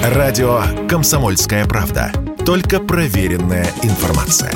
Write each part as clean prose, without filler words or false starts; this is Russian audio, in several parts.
Радио «Комсомольская правда». Только проверенная информация.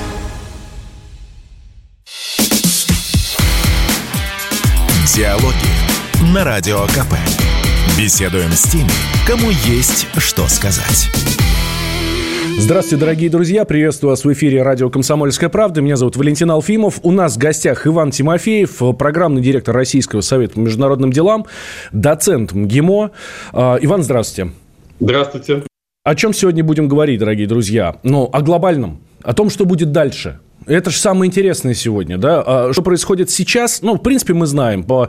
Диалоги на Радио КП. Беседуем с теми, кому есть что сказать. Здравствуйте, дорогие друзья. Приветствую вас в эфире радио «Комсомольская правда». Меня зовут Валентин Алфимов. У нас в гостях Иван Тимофеев, программный директор Российского совета по международным делам, доцент МГИМО. Иван, здравствуйте. Здравствуйте. О чем сегодня будем говорить, дорогие друзья? О глобальном, о том, что будет дальше. Это же самое интересное сегодня, да? Что происходит сейчас? В принципе, мы знаем по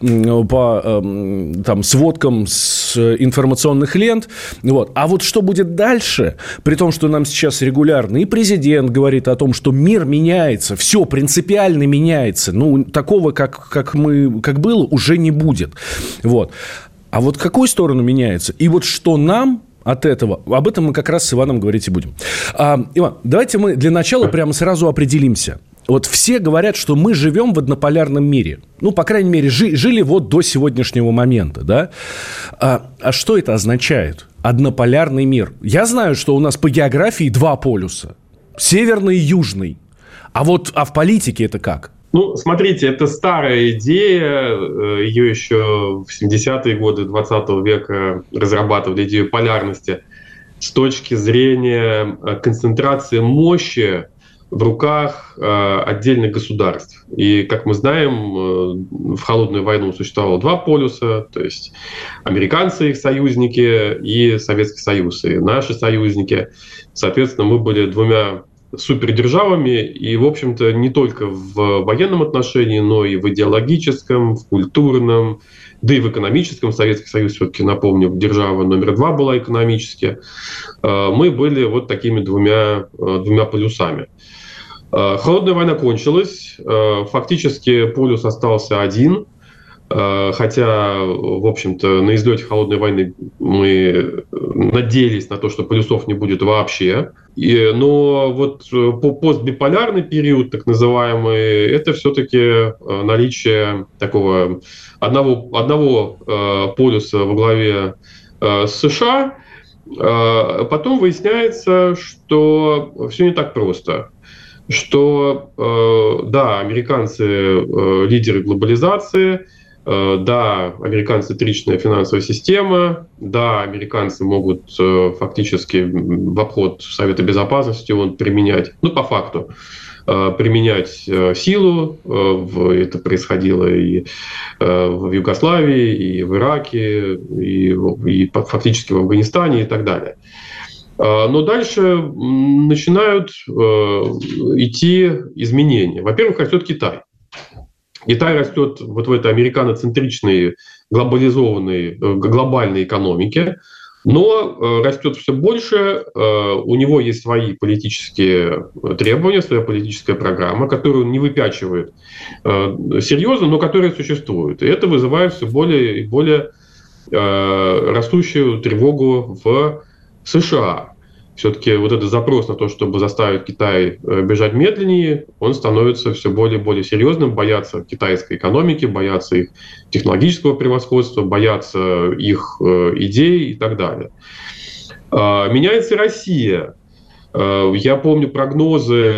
сводкам с информационных лент. Вот. А вот что будет дальше, при том, что нам сейчас регулярно и президент говорит о том, что мир меняется, все принципиально меняется. Такого, как было, уже не будет. Вот. А вот в какую сторону меняется? И вот что нам от этого? Об этом мы как раз с Иваном говорить и будем. Иван, давайте мы для начала прямо сразу определимся. Вот все говорят, что мы живем в однополярном мире. По крайней мере, жили вот до сегодняшнего момента, да? А что это означает? Однополярный мир. Я знаю, что у нас по географии два полюса. Северный и южный. А в политике это как? Смотрите, это старая идея, ее еще в 70-е годы 20 века разрабатывали, идею полярности с точки зрения концентрации мощи в руках отдельных государств. И, как мы знаем, в холодную войну существовало два полюса, то есть американцы, их союзники, и Советский Союз, и наши союзники. Соответственно, мы были двумя супердержавами, и, в общем-то, не только в военном отношении, но и в идеологическом, в культурном, да и в экономическом. Советский Союз, все-таки, напомню, держава номер 2 была экономически. Мы были вот такими двумя полюсами. Холодная война кончилась, фактически полюс остался один, хотя, в общем-то, на излете холодной войны мы надеялись на то, что полюсов не будет вообще. Но вот постбиполярный период, так называемый, это все-таки наличие такого одного полюса во главе США. Потом выясняется, что все не так просто. Что, да, американцы лидеры глобализации, да, американцы отличная финансовая система, да, американцы могут фактически в обход Совета Безопасности применять, по факту, применять силу. Это происходило и в Югославии, и в Ираке, и фактически в Афганистане и так далее. Но дальше начинают идти изменения. Во-первых, растет Китай. Китай растет вот в этой американоцентричной, глобализованной, глобальной экономике, но растет все больше. У него есть свои политические требования, своя политическая программа, которую он не выпячивает серьезно, но которая существует. И это вызывает все более и более растущую тревогу в США. Все-таки вот этот запрос на то, чтобы заставить Китай бежать медленнее, он становится все более и более серьезным. Боятся китайской экономики, боятся их технологического превосходства, боятся их идей и так далее. Меняется Россия. Я помню прогнозы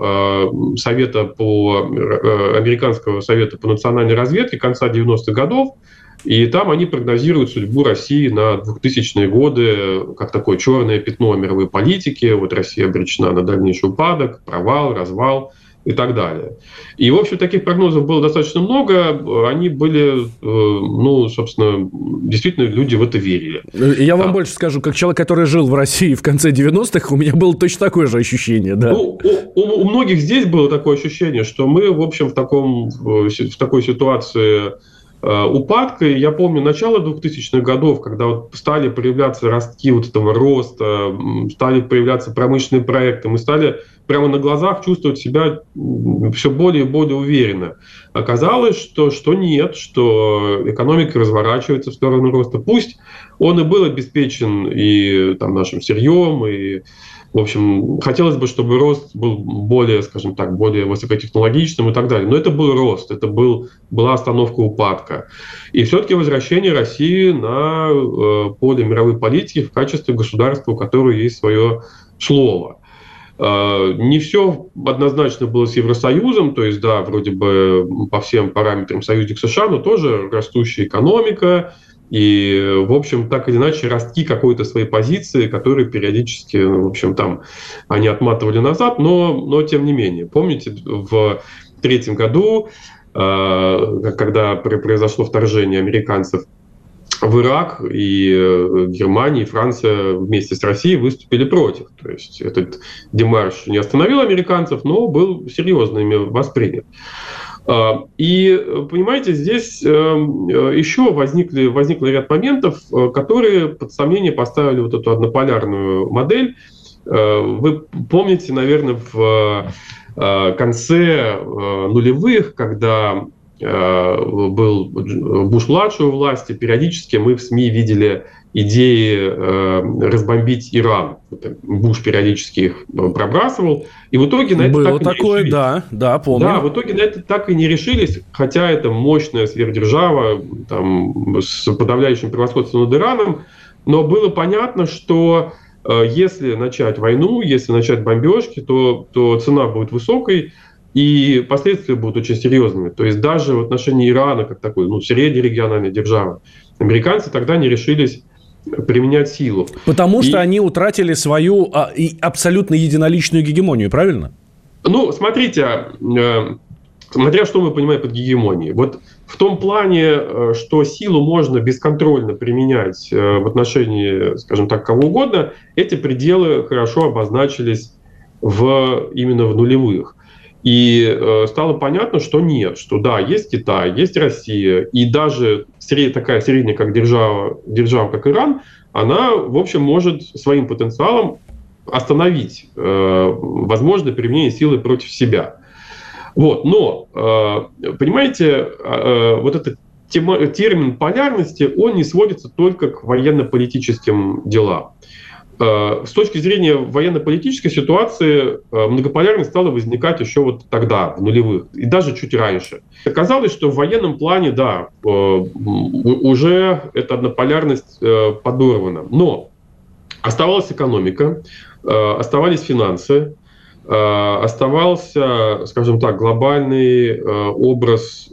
Американского совета по национальной разведке конца 90-х годов, и там они прогнозируют судьбу России на 2000-е годы как такое черное пятно мировой политики. Вот Россия обречена на дальнейший упадок, провал, развал и так далее. И, в общем, таких прогнозов было достаточно много. Они были, собственно, действительно люди в это верили. Я вам больше скажу, как человек, который жил в России в конце 90-х, у меня было точно такое же ощущение. Да. У многих здесь было такое ощущение, что мы, в общем, в такой ситуации упадка. Я помню начало 2000-х годов, когда стали появляться ростки вот этого роста, стали появляться промышленные проекты, мы стали прямо на глазах чувствовать себя все более и более уверенно. Оказалось, что нет, что экономика разворачивается в сторону роста. Пусть он и был обеспечен и нашим сырьем, и В общем, хотелось бы, чтобы рост был более, скажем так, более высокотехнологичным и так далее. Но это был рост, это была остановка упадка. И все-таки возвращение России на поле мировой политики в качестве государства, у которого есть свое слово. Не все однозначно было с Евросоюзом, то есть, да, вроде бы по всем параметрам союзник США, но тоже растущая экономика, и, в общем, так или иначе ростки какой-то своей позиции, которые периодически, в общем, там они отматывали назад, но тем не менее. Помните, в 2003 году, когда произошло вторжение американцев в Ирак, и Германия, и Франция вместе с Россией выступили против. То есть этот демарш не остановил американцев, но был серьезно ими воспринят. И, понимаете, здесь еще возникли ряд моментов, которые под сомнение поставили вот эту однополярную модель. Вы помните, наверное, в конце нулевых, когда был Буш-младший у власти, периодически мы в СМИ видели идеи разбомбить Иран. Буш периодически их пробрасывал. И в итоге на это было так и такое, не решились. Да, помню. Да, в итоге на это так и не решились, хотя это мощная сверхдержава там, с подавляющим превосходством над Ираном. Но было понятно, что если начать войну, если начать бомбежки, то цена будет высокой, и последствия будут очень серьезными. То есть даже в отношении Ирана, как такой среднерегиональной державы, американцы тогда не решились применять силу. Потому что они утратили свою абсолютно единоличную гегемонию, правильно? Ну, смотрите, смотря что мы понимаем под гегемонией. Вот в том плане, что силу можно бесконтрольно применять в отношении, скажем так, кого угодно, эти пределы хорошо обозначились именно в нулевых. И стало понятно, что нет, что да, есть Китай, есть Россия, и даже такая средняя как держава, как Иран, она, в общем, может своим потенциалом остановить возможное применение силы против себя. Вот. Но, понимаете, вот этот термин полярности, он не сводится только к военно-политическим делам. С точки зрения военно-политической ситуации многополярность стала возникать еще вот тогда, в нулевых, и даже чуть раньше. Оказалось, что в военном плане, да, уже эта однополярность подорвана. Но оставалась экономика, оставались финансы, оставался, скажем так, глобальный образ,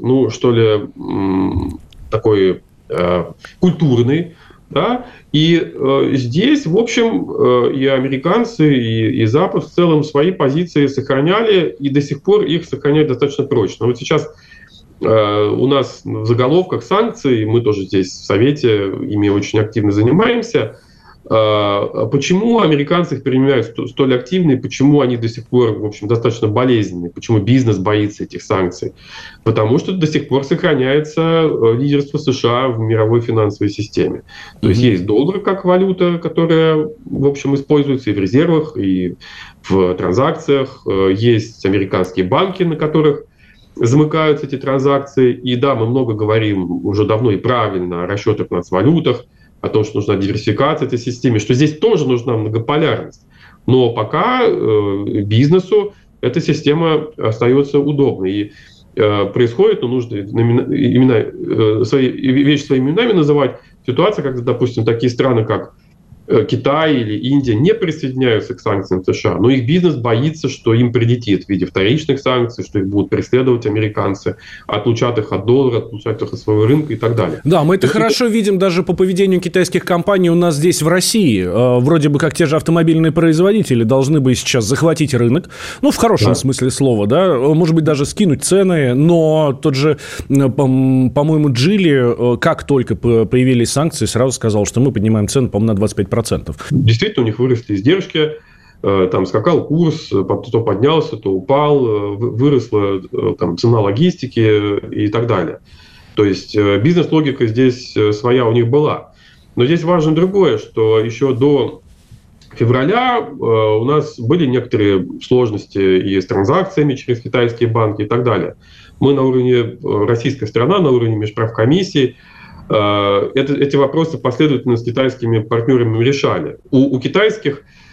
такой культурный, да? И здесь, в общем, и американцы, и Запад в целом свои позиции сохраняли, и до сих пор их сохраняют достаточно прочно. Вот сейчас у нас в заголовках санкций, мы тоже здесь в Совете ими очень активно занимаемся. Почему американцы их применяют столь активно, и почему они до сих пор, в общем, достаточно болезненные, почему бизнес боится этих санкций? Потому что до сих пор сохраняется лидерство США в мировой финансовой системе. То есть есть доллар как валюта, которая, в общем, используется и в резервах, и в транзакциях. Есть американские банки, на которых замыкаются эти транзакции. И да, мы много говорим уже давно и правильно о расчетах в нацвалютах, о том, что нужна диверсификация этой системы, что здесь тоже нужна многополярность. Но пока бизнесу эта система остается удобной. И происходит, нужно вещи своими именами называть, ситуация, когда, допустим, такие страны, как Китай или Индия не присоединяются к санкциям США, но их бизнес боится, что им прилетит в виде вторичных санкций, что их будут преследовать американцы, отлучат их от доллара, отлучат их от своего рынка и так далее. Да, мы это хорошо видим даже по поведению китайских компаний у нас здесь в России. Вроде бы как те же автомобильные производители должны бы сейчас захватить рынок, в хорошем смысле слова, да, может быть, даже скинуть цены, но тот же, по-моему, Geely, как только появились санкции, сразу сказал, что мы поднимаем цену, по-моему, на 25%. Действительно, у них выросли издержки, там скакал курс, то поднялся, то упал, выросла там цена логистики и так далее. То есть бизнес-логика здесь своя у них была. Но здесь важно другое, что еще до февраля у нас были некоторые сложности и с транзакциями через китайские банки и так далее. Мы на уровне, российская страна, на уровне межправкомиссии, эти вопросы последовательно с китайскими партнерами решали. У китайских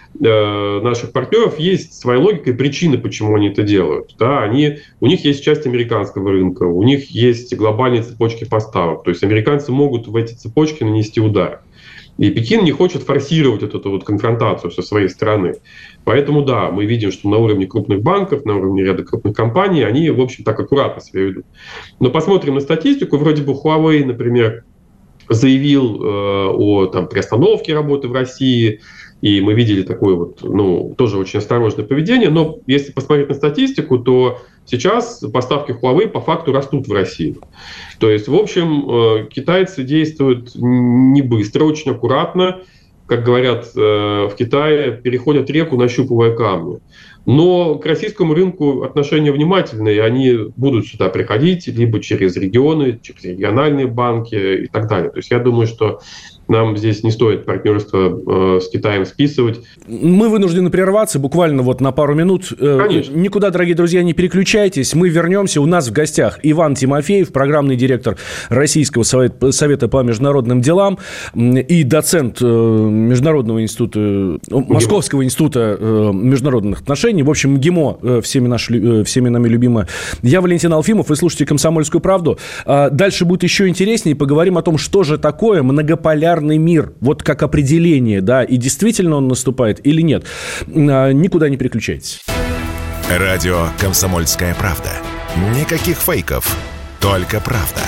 наших партнеров есть своя логика и причины, почему они это делают. Да, у них есть часть американского рынка, у них есть глобальные цепочки поставок. То есть американцы могут в эти цепочки нанести удар. И Пекин не хочет форсировать эту вот конфронтацию со своей стороны. Поэтому, да, мы видим, что на уровне крупных банков, на уровне ряда крупных компаний, они, в общем, так аккуратно себя ведут. Но посмотрим на статистику. Вроде бы Huawei, например, заявил о приостановке работы в России. И мы видели такое вот, тоже очень осторожное поведение. Но если посмотреть на статистику, то сейчас поставки Huawei по факту растут в Россию. То есть, в общем, китайцы действуют не быстро, очень аккуратно. Как говорят в Китае, переходят реку, нащупывая камни. Но к российскому рынку отношения внимательные. Они будут сюда приходить либо через регионы, через региональные банки и так далее. То есть я думаю, что нам здесь не стоит партнерство с Китаем списывать. Мы вынуждены прерваться буквально вот на пару минут. Конечно. Никуда, дорогие друзья, не переключайтесь. Мы вернемся. У нас в гостях Иван Тимофеев, программный директор Российского совета по международным делам и доцент Международного института, Московского института международных отношений. В общем, МГИМО, всеми нами любимое. Я Валентин Алфимов, вы слушаете «Комсомольскую правду». Дальше будет еще интереснее. Поговорим о том, что же такое многополярный мир, вот как определение, да, и действительно он наступает или нет. Никуда не переключайтесь. Радио «Комсомольская правда». Никаких фейков, только правда.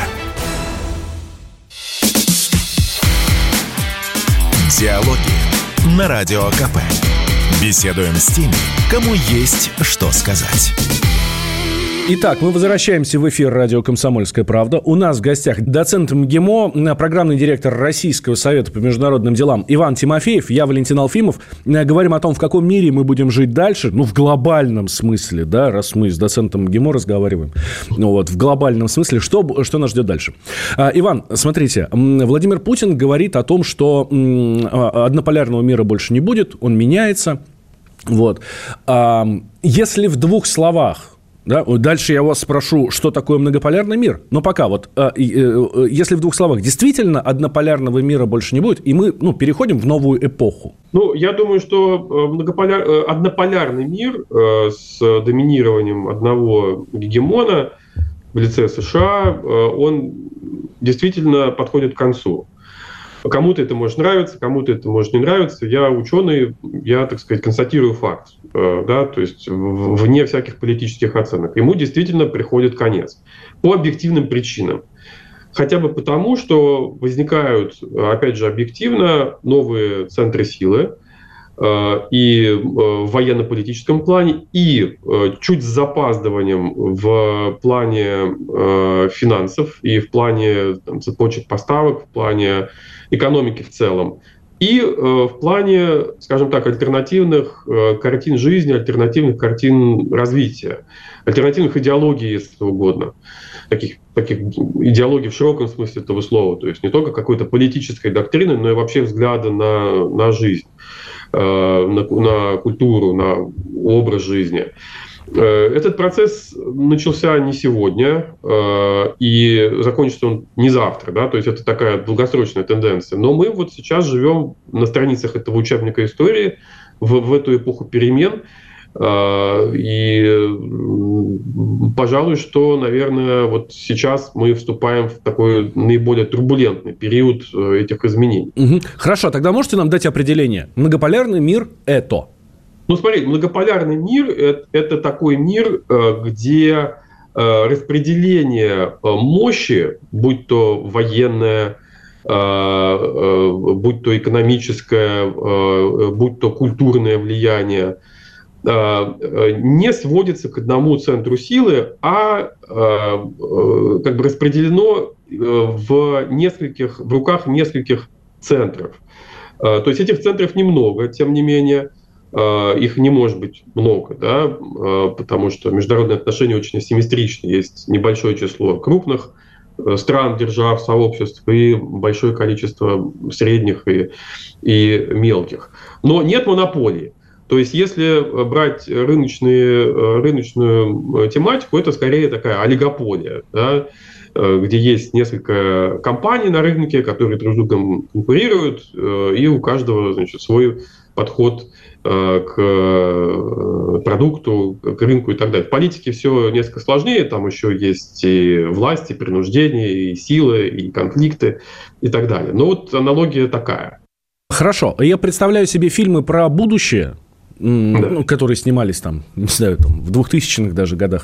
Диалоги на Радио КП. Беседуем с теми, кому есть что сказать. Итак, мы возвращаемся в эфир радио «Комсомольская правда». У нас в гостях доцент МГИМО, программный директор Российского совета по международным делам Иван Тимофеев, я Валентин Алфимов. Говорим о том, в каком мире мы будем жить дальше, в глобальном смысле, да, раз мы с доцентом МГИМО разговариваем. В глобальном смысле, что нас ждет дальше. Иван, смотрите, Владимир Путин говорит о том, что однополярного мира больше не будет, он меняется. Если в двух словах, да, дальше я вас спрошу, что такое многополярный мир. Но пока если в двух словах, действительно однополярного мира больше не будет, и мы переходим в новую эпоху. Я думаю, что однополярный мир с доминированием одного гегемона в лице США, он действительно подходит к концу. Кому-то это может нравиться, кому-то это может не нравиться. Я ученый, я, так сказать, констатирую факт, да, то есть вне всяких политических оценок. Ему действительно приходит конец по объективным причинам. Хотя бы потому, что возникают, опять же, объективно новые центры силы и в военно-политическом плане, и чуть с запаздыванием в плане финансов и в плане цепочек поставок, в плане экономики в целом, и в плане, скажем так, альтернативных картин жизни, альтернативных картин развития, альтернативных идеологий, если угодно. Таких идеологий в широком смысле этого слова. То есть не только какой-то политической доктрины, но и вообще взгляда на жизнь, на культуру, на образ жизни. Этот процесс начался не сегодня, и закончится он не завтра, да, то есть это такая долгосрочная тенденция. Но мы вот сейчас живем на страницах этого учебника истории в эту эпоху перемен, и, пожалуй, что, наверное, вот сейчас мы вступаем в такой наиболее турбулентный период этих изменений. Хорошо, тогда можете нам дать определение? Многополярный мир – это? Смотрите, многополярный мир – это такой мир, где распределение мощи, будь то военное, будь то экономическое, будь то культурное влияние, не сводится к одному центру силы, а как бы распределено в руках нескольких центров. То есть этих центров немного, тем не менее. Их не может быть много, да, потому что международные отношения очень асимметричны. Есть небольшое число крупных стран, держав, сообществ и большое количество средних и мелких. Но нет монополии. То есть если брать рыночную тематику, это скорее такая олигополия. Да? где есть несколько компаний на рынке, которые друг с другом конкурируют, и у каждого, значит, свой подход к продукту, к рынку и так далее. В политике все несколько сложнее, там еще есть и власть, и принуждение, и силы, и конфликты и так далее. Но вот аналогия такая. Хорошо. Я представляю себе фильмы про будущее, которые снимались там, не знаю, там, в 2000-х даже годах.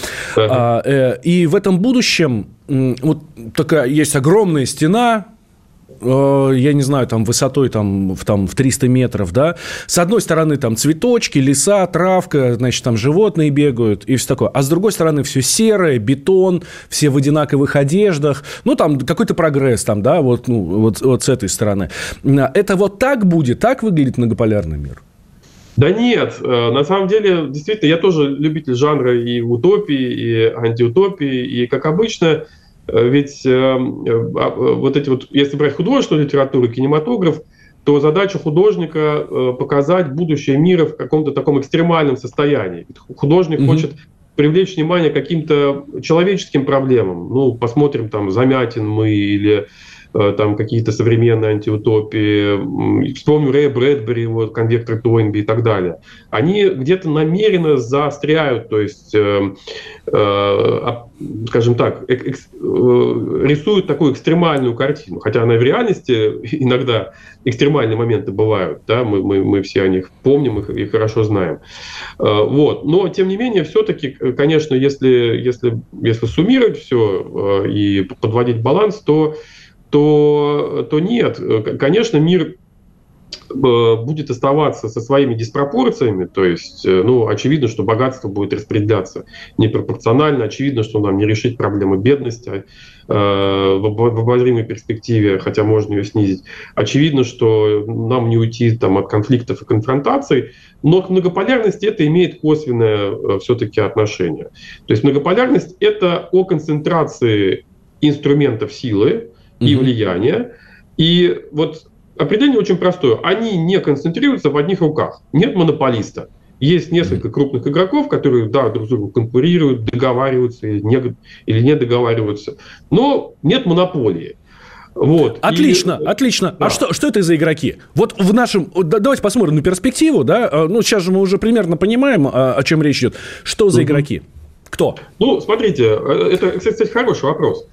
И в этом будущем вот такая есть огромная стена, я не знаю, там, высотой в 300 метров, да. С одной стороны, там, цветочки, леса, травка, значит, там, животные бегают и все такое. А с другой стороны, все серое, бетон, все в одинаковых одеждах. Ну, там, какой-то прогресс, там, да, вот с этой стороны. Это вот так будет, так выглядит многополярный мир? Да нет, на самом деле, действительно, я тоже любитель жанра и утопии, и антиутопии, и, как обычно, ведь вот эти вот, если брать художественную литературу, кинематограф, то задача художника показать будущее мира в каком-то таком экстремальном состоянии. Художник хочет привлечь внимание к каким-то человеческим проблемам. Ну, посмотрим, там, Замятин мы или там какие-то современные антиутопии. Вспомню Рэя Брэдбери, вот, «Конвектор Тойнби» и так далее. Они где-то намеренно заостряют, то есть, скажем так, рисуют такую экстремальную картину. Хотя она в реальности иногда экстремальные моменты бывают. Да? Мы все о них помним и хорошо знаем. Вот. Но, тем не менее, все-таки, конечно, если суммировать все и подводить баланс, то нет. Конечно, мир будет оставаться со своими диспропорциями, то есть, очевидно, что богатство будет распределяться непропорционально, очевидно, что нам не решить проблемы бедности в обозримой перспективе, хотя можно ее снизить. Очевидно, что нам не уйти там, от конфликтов и конфронтаций, но к многополярности это имеет косвенное все-таки отношение. То есть многополярность — это о концентрации инструментов силы и влияния. И вот определение очень простое. Они не концентрируются в одних руках. Нет монополиста. Есть несколько крупных игроков, которые, да, друг с другом конкурируют, договариваются или не договариваются. Но нет монополии. Вот. Отлично, отлично. Да. А что это за игроки? Вот в нашем... Давайте посмотрим на перспективу. Да? Ну, сейчас же мы уже примерно понимаем, о чем речь идет. Что за игроки? Кто? Ну, смотрите, это, кстати, хороший вопрос.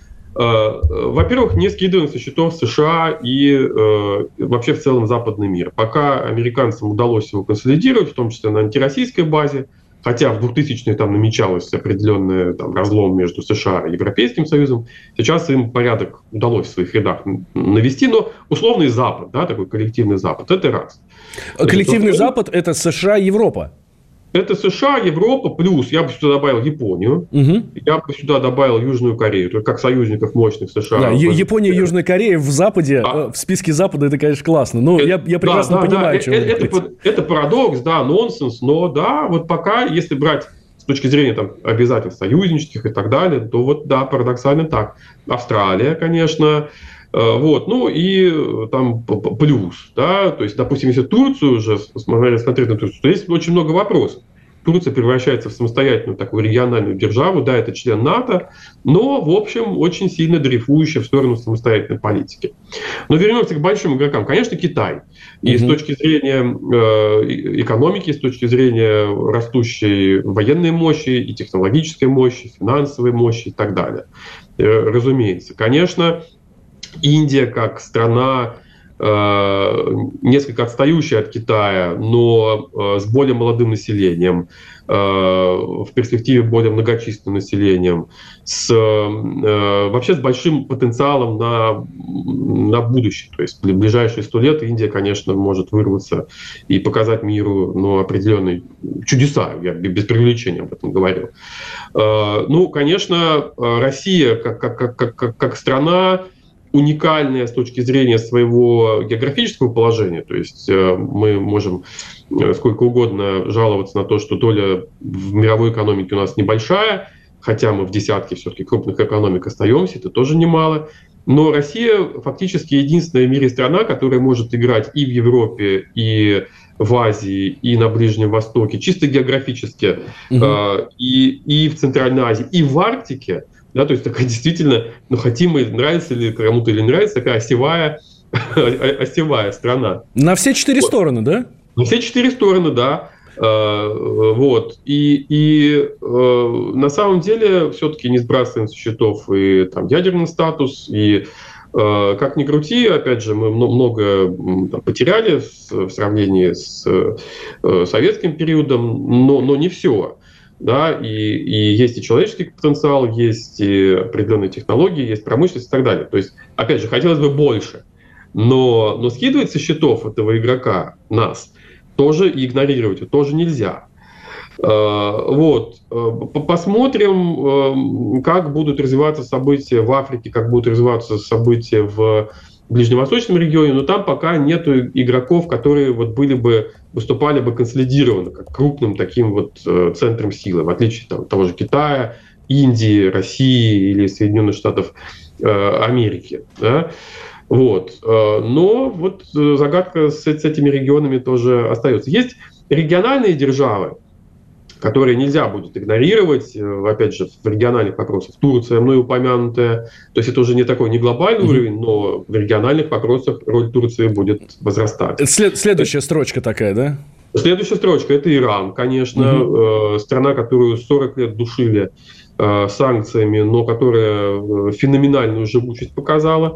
Во-первых, не скидываем со счетов США и вообще в целом западный мир. Пока американцам удалось его консолидировать, в том числе на антироссийской базе, хотя в 2000-е там намечалось определенный там, разлом между США и Европейским Союзом, сейчас им порядок удалось в своих рядах навести, но условный Запад, да, такой коллективный Запад, это раз. Коллективный Запад – это США и Европа. Это США, Европа, плюс я бы сюда добавил Японию, я бы сюда добавил Южную Корею, то есть как союзников мощных США. Да, Япония и Южная Корея в Западе, в списке Запада, это, конечно, классно. Но я прекрасно понимаю, о чем это парадокс, да, нонсенс, но да, вот пока, если брать с точки зрения там, обязательств союзнических и так далее, то вот да, парадоксально так. Австралия, конечно. Вот, ну и там плюс, да, то есть, допустим, если Турцию уже смотреть на Турцию, то есть очень много вопросов. Турция превращается в самостоятельную такую региональную державу, да, это член НАТО, но, в общем, очень сильно дрейфующая в сторону самостоятельной политики. Но вернемся к большим игрокам. Конечно, Китай. И с точки зрения экономики, с точки зрения растущей военной мощи и технологической мощи, финансовой мощи и так далее. Разумеется. Конечно, Индия как страна, несколько отстающая от Китая, но с более молодым населением, в перспективе более многочисленным населением, вообще с большим потенциалом на будущее. То есть в ближайшие 100 лет Индия, конечно, может вырваться и показать миру определенные чудеса. Я без преувеличения об этом говорю. Ну, конечно, Россия как страна, уникальная с точки зрения своего географического положения. То есть мы можем сколько угодно жаловаться на то, что доля в мировой экономике у нас небольшая, хотя мы в десятке все-таки крупных экономик остаемся, это тоже немало. Но Россия фактически единственная в мире страна, которая может играть и в Европе, и в Азии, и на Ближнем Востоке, чисто географически, и в Центральной Азии, и в Арктике, Да, то есть такая действительно, хотим мы, нравится ли кому-то или не нравится, такая осевая страна. На все 4 стороны, да? На все 4 стороны, да. Вот. И на самом деле все-таки не сбрасываем со счетов и там ядерный статус, и как ни крути, опять же, мы много потеряли в сравнении с советским периодом, но не все. Да, и есть и человеческий потенциал, есть и определенные технологии, есть промышленность и так далее. То есть, опять же, хотелось бы больше. Но скидывать со счетов этого игрока нас тоже и игнорировать его тоже нельзя. Вот. Посмотрим, как будут развиваться события в Африке, как будут развиваться события в ближневосточном регионе, но там пока нет игроков, которые выступали бы консолидированно, как крупным таким центром силы, в отличие от того же Китая, Индии, России или Соединенных Штатов Америки. Да? Вот. Но загадка с этими регионами тоже остается. Есть региональные державы, которые нельзя будет игнорировать, опять же, в региональных вопросах. Турция, мной упомянутая, то есть это уже не такой не глобальный уровень, но в региональных вопросах роль Турции будет возрастать. Следующая строчка такая, да? Следующая строчка – это Иран, конечно, страна, которую 40 лет душили санкциями, но которая феноменальную живучесть показала.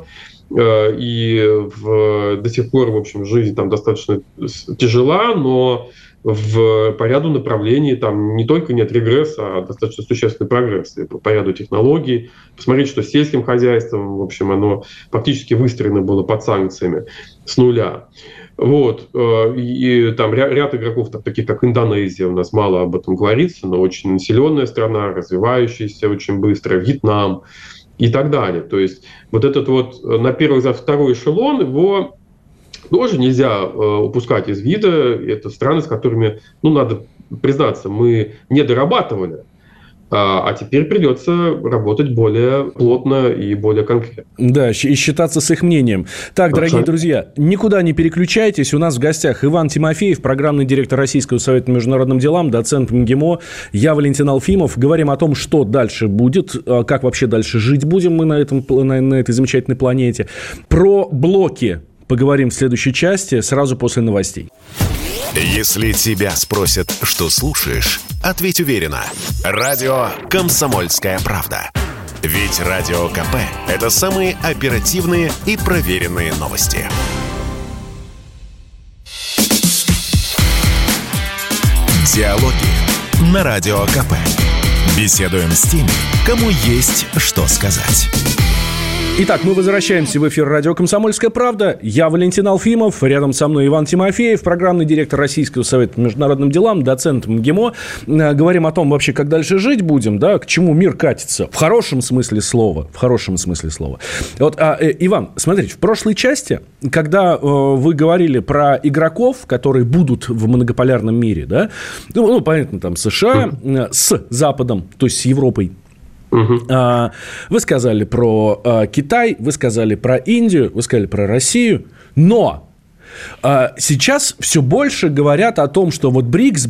И до сих пор, в общем, жизнь там достаточно тяжела, но по ряду направлений там не только нет регресса, а достаточно существенный прогресс. И по ряду технологий. Посмотрите, что с сельским хозяйством, в общем, оно фактически выстроено было под санкциями с нуля. Вот. И там ряд игроков, таких как Индонезия, у нас мало об этом говорится, но очень населенная страна, развивающаяся очень быстро, Вьетнам и так далее. То есть этот на первый взгляд второй эшелон, его тоже нельзя упускать из вида. Это страны, с которыми, надо признаться, мы не дорабатывали. А теперь придется работать более плотно и более конкретно. Да, и считаться с их мнением. Так, дорогие друзья, никуда не переключайтесь. У нас в гостях Иван Тимофеев, программный директор Российского совета по международным делам, доцент МГИМО. Я Валентин Алфимов. Говорим о том, что дальше будет, как вообще дальше жить будем мы на этой замечательной планете. Про блоки поговорим в следующей части, сразу после новостей. Если тебя спросят, что слушаешь, ответь уверенно. Радио «Комсомольская правда». Ведь Радио КП – это самые оперативные и проверенные новости. Диалоги на Радио КП. Беседуем с теми, кому есть что сказать. Итак, мы возвращаемся в эфир радио «Комсомольская правда». Я Валентин Алфимов, рядом со мной Иван Тимофеев, программный директор Российского совета по международным делам, доцент МГИМО. Говорим о том вообще, как дальше жить будем, да, к чему мир катится. В хорошем смысле слова. В хорошем смысле слова. Иван, смотрите, в прошлой части, когда вы говорили про игроков, которые будут в многополярном мире, да, понятно, там США с Западом, то есть с Европой. Вы сказали про Китай, вы сказали про Индию, вы сказали про Россию, но сейчас все больше говорят о том, что БРИКС,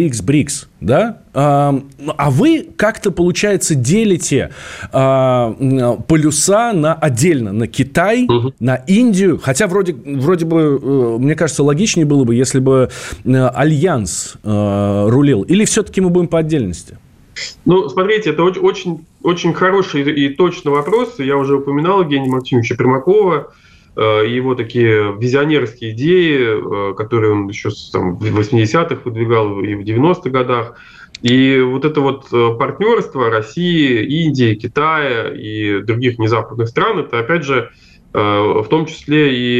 да? А вы как-то, получается, делите полюса отдельно на Китай, на Индию, хотя вроде бы, мне кажется, логичнее было бы, если бы Альянс рулил, или все-таки мы будем по отдельности? Смотрите, это очень, очень хороший и точный вопрос. Я уже упоминал Евгения Максимовича Примакова, его такие визионерские идеи, которые он еще в 80-х выдвигал и в 90-х годах. И это партнерство России, Индии, Китая и других незападных стран, это, опять же, в том числе и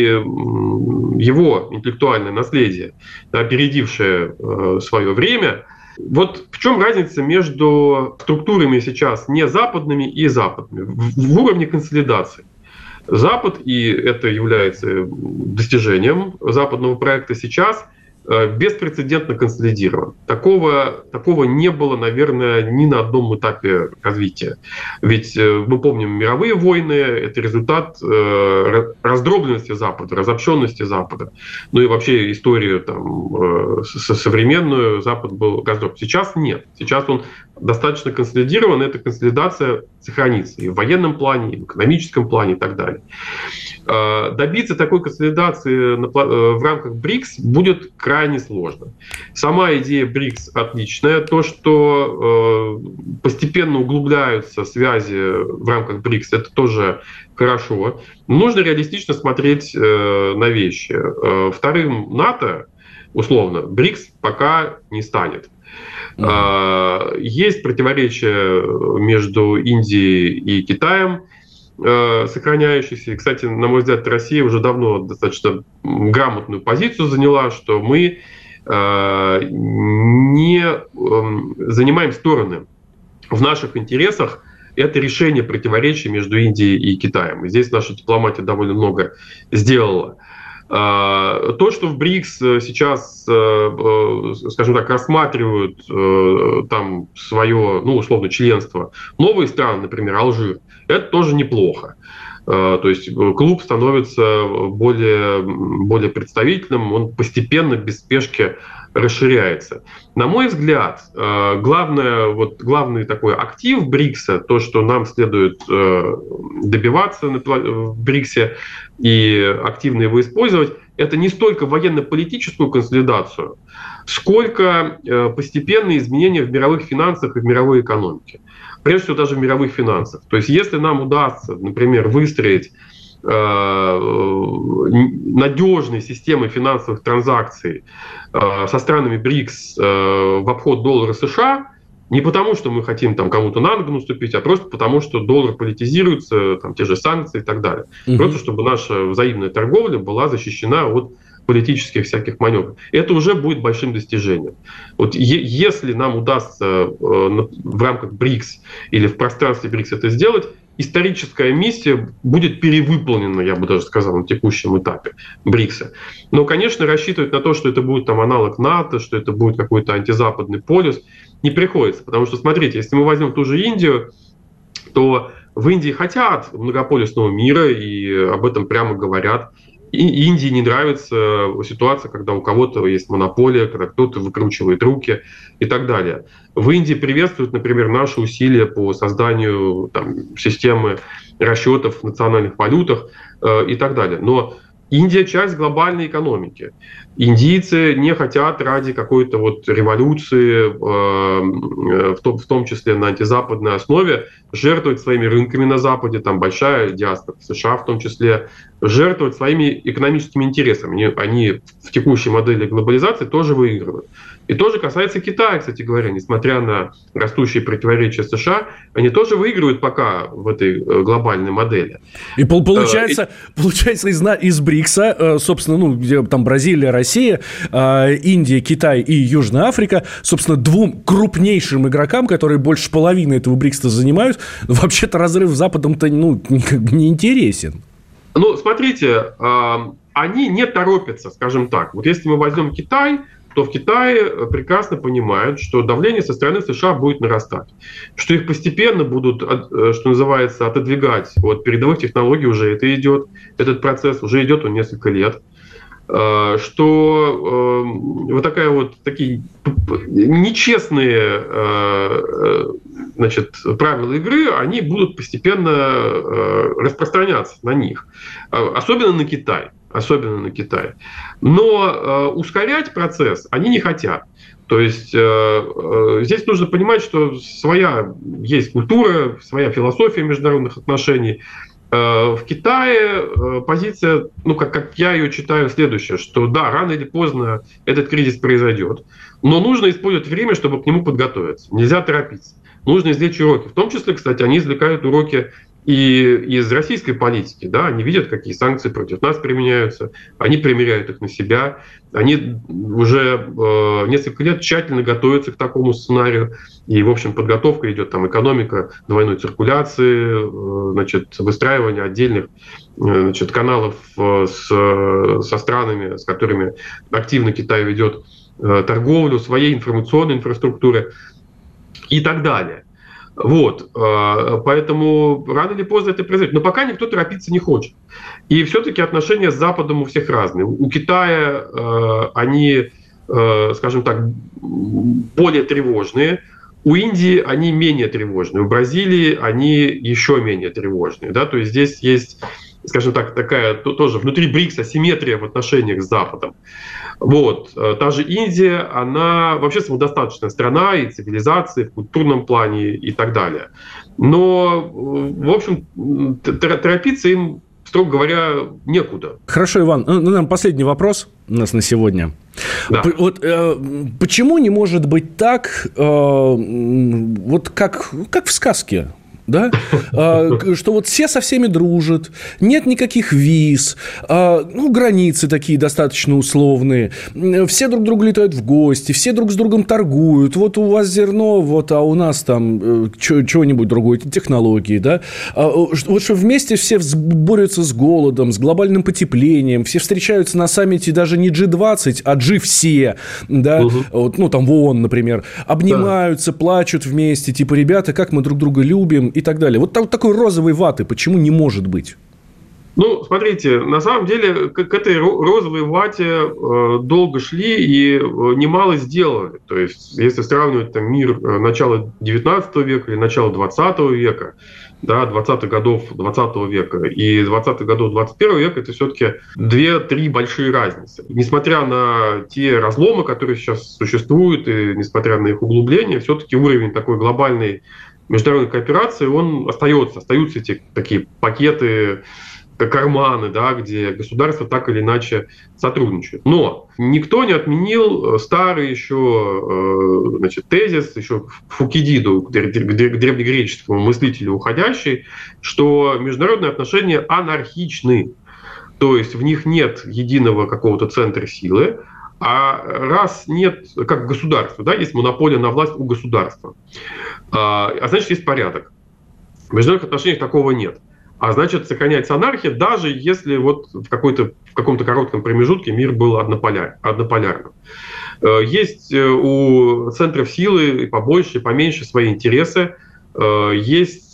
его интеллектуальное наследие, опередившее свое время. В чем разница между структурами сейчас не западными и западными в уровне консолидации? Запад, и это является достижением западного проекта, сейчас беспрецедентно консолидирован. Такого не было, наверное, ни на одном этапе развития. Ведь мы помним мировые войны, это результат раздробленности Запада, разобщенности Запада. И вообще историю современную Запад был раздроблен. Сейчас нет. Сейчас он достаточно консолидирована, эта консолидация сохранится и в военном плане, и в экономическом плане и так далее. Добиться такой консолидации в рамках БРИКС будет крайне сложно. Сама идея БРИКС отличная. То, что постепенно углубляются связи в рамках БРИКС, это тоже хорошо. Нужно реалистично смотреть на вещи. Вторым НАТО, условно, БРИКС пока не станет. Есть противоречия между Индией и Китаем, сохраняющиеся. И, кстати, на мой взгляд, Россия уже давно достаточно грамотную позицию заняла, что мы не занимаем стороны. В наших интересах это решение противоречий между Индией и Китаем. И здесь наша дипломатия довольно много сделала. То, что в БРИКС сейчас, скажем так, рассматривают там свое, условно, членство новые страны, например, Алжир, это тоже неплохо. То есть клуб становится более представительным, он постепенно, без спешки расширяется. На мой взгляд, главный такой актив БРИКСа, то, что нам следует добиваться в БРИКСе и активно его использовать, это не столько военно-политическую консолидацию, сколько постепенные изменения в мировых финансах и в мировой экономике. Прежде всего, даже в мировых финансах. То есть, если нам удастся, например, выстроить надежной системой финансовых транзакций со странами БРИКС в обход доллара США, не потому, что мы хотим там кому-то на ногу наступить, а просто потому, что доллар политизируется, там те же санкции и так далее. Просто чтобы наша взаимная торговля была защищена от политических всяких маневров. Это уже будет большим достижением. Вот если нам удастся в рамках БРИКС или в пространстве БРИКС это сделать, историческая миссия будет перевыполнена, я бы даже сказал, на текущем этапе БРИКСа. Но, конечно, рассчитывать на то, что это будет там аналог НАТО, что это будет какой-то антизападный полюс, не приходится. Потому что, смотрите, если мы возьмем ту же Индию, то в Индии хотят многополюсного мира и об этом прямо говорят. И Индии не нравится ситуация, когда у кого-то есть монополия, когда кто-то выкручивает руки и так далее. В Индии приветствуют, например, наши усилия по созданию системы расчетов в национальных валютах и так далее. Но Индия – часть глобальной экономики. Индийцы не хотят ради какой-то революции, в том числе на антизападной основе, жертвовать своими рынками на Западе, там большая диаспора в США в том числе, жертвовать своими экономическими интересами. Они в текущей модели глобализации тоже выигрывают. И тоже касается Китая, кстати говоря, несмотря на растущие противоречия США, они тоже выигрывают пока в этой глобальной модели. И получается из БРИКСа, собственно, где там Бразилия, Россия, Индия, Китай и Южная Африка, собственно, двум крупнейшим игрокам, которые больше половины этого БРИКСа занимают, вообще-то разрыв с Западом-то не интересен. Смотрите, они не торопятся, скажем так. Вот если мы возьмем Китай, то в Китае прекрасно понимают, что давление со стороны США будет нарастать, что их постепенно будут, что называется, отодвигать от передовых технологий, уже это идет, этот процесс уже идет он несколько лет, что такие нечестные правила игры, они будут постепенно распространяться на них, особенно на Китай. Но ускорять процесс они не хотят. То есть здесь нужно понимать, что своя есть культура, своя философия международных отношений. В Китае позиция, как я ее читаю, следующая, что да, рано или поздно этот кризис произойдет, но нужно использовать время, чтобы к нему подготовиться. Нельзя торопиться. Нужно извлечь уроки. В том числе, кстати, они извлекают уроки и из российской политики, да, они видят, какие санкции против нас применяются, они примеряют их на себя, они уже несколько лет тщательно готовятся к такому сценарию, и, в общем, подготовка идет, там, экономика двойной циркуляции, выстраивание отдельных, каналов со странами, с которыми активно Китай ведет торговлю, своей информационной инфраструктуры и так далее. Поэтому рано или поздно это произойдет. Но пока никто торопиться не хочет. И все-таки отношения с Западом у всех разные. У Китая они, скажем так, более тревожные. У Индии они менее тревожные, у Бразилии они еще менее тревожные. Да? То есть здесь есть, скажем так, такая тоже внутри БРИКС асимметрия в отношениях с Западом. Вот. Та же Индия, она вообще самодостаточная страна и цивилизации в культурном плане и так далее. Но, в общем, торопиться им, строго говоря, некуда. Хорошо, Иван. Наверное, последний вопрос у нас на сегодня. Да. Вот, почему не может быть так, вот как в сказке? Да? Что вот все со всеми дружат, нет никаких виз, границы такие достаточно условные, все друг к другу летают в гости, все друг с другом торгуют, вот у вас зерно, вот, а у нас там чего-нибудь другое, технологии, да? Вот что вместе все борются с голодом, с глобальным потеплением, все встречаются на саммите даже не G20, а G да? Вот, ну, там в ООН, например, обнимаются, плачут вместе, типа, ребята, как мы друг друга любим, и так далее. Вот такой розовой ваты почему не может быть? Ну, смотрите, на самом деле к этой розовой вате долго шли и немало сделали. То есть, если сравнивать там, мир начала 19 века или начала 20 века, да, 20-х годов 20 века и 20-х годов 21 века, это все-таки 2-3 большие разницы. Несмотря на те разломы, которые сейчас существуют, и несмотря на их углубление, все-таки уровень такой глобальной международной кооперации, он остается. Остаются эти такие пакеты, карманы, да, где государства так или иначе сотрудничают. Но никто не отменил старый еще тезис, еще Фукидиду, к древнегреческому мыслителю уходящий, что международные отношения анархичны. То есть в них нет единого какого-то центра силы, а раз нет, как государство, да, есть монополия на власть у государства, а значит, есть порядок. В международных отношениях такого нет. А значит, сохраняется анархия, даже если вот в каком-то коротком промежутке мир был однополярным. Есть у центров силы и побольше, и поменьше свои интересы, есть,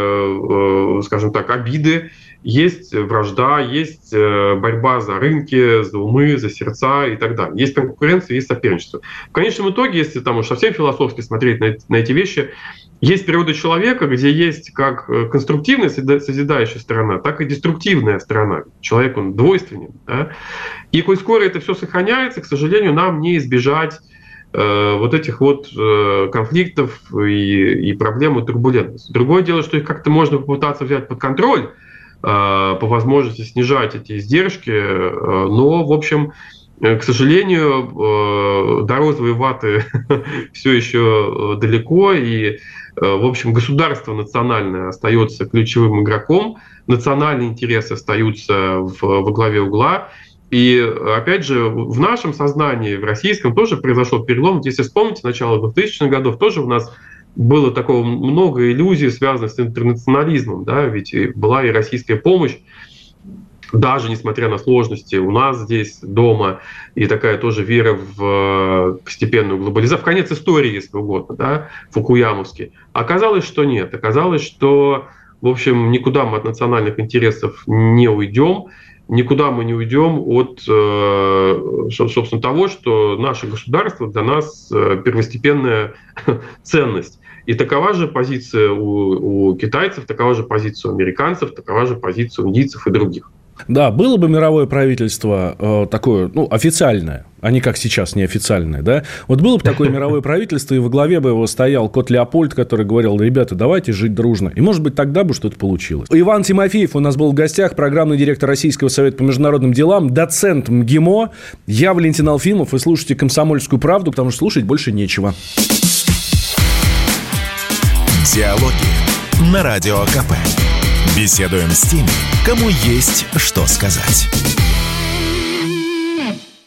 скажем так, обиды, есть вражда, есть борьба за рынки, за умы, за сердца и так далее. Есть конкуренция, есть соперничество. В конечном итоге, если там уж совсем философски смотреть на эти вещи, есть природа человека, где есть как конструктивная, созидающая сторона, так и деструктивная сторона. Человек, он двойственен. Да? И коль скоро это все сохраняется, к сожалению, нам не избежать вот этих вот конфликтов и проблем и турбулентности. Другое дело, что их как-то можно попытаться взять под контроль, по возможности снижать эти издержки, но, в общем, к сожалению, до розовой ваты все еще далеко, и, в общем, государство национальное остается ключевым игроком, национальные интересы остаются во главе угла. И, опять же, в нашем сознании, в российском, тоже произошел перелом. Если вспомните, начало 2000-х годов тоже у нас было такого много иллюзий, связанных с интернационализмом, да, ведь была и российская помощь, даже несмотря на сложности у нас здесь дома, и такая тоже вера в постепенную глобализацию, в конец истории, если угодно, да, фукуямовский. Оказалось, что нет. Оказалось, что, в общем, никуда мы от национальных интересов не уйдем, никуда мы не уйдем от, собственно, того, что наше государство для нас первостепенная ценность. И такова же позиция у китайцев, такова же позиция у американцев, такова же позиция у индийцев и других. Да, было бы мировое правительство такое, официальное, а не как сейчас неофициальное, да? Вот было бы такое мировое правительство, и во главе бы его стоял кот Леопольд, который говорил: ребята, давайте жить дружно. И, может быть, тогда бы что-то получилось. Иван Тимофеев у нас был в гостях, программный директор Российского совета по международным делам, доцент МГИМО. Я Валентин Алфимов. Вы слушаете «Комсомольскую правду», потому что слушать больше нечего. Диалоги на Радио КП. Беседуем с теми, кому есть что сказать.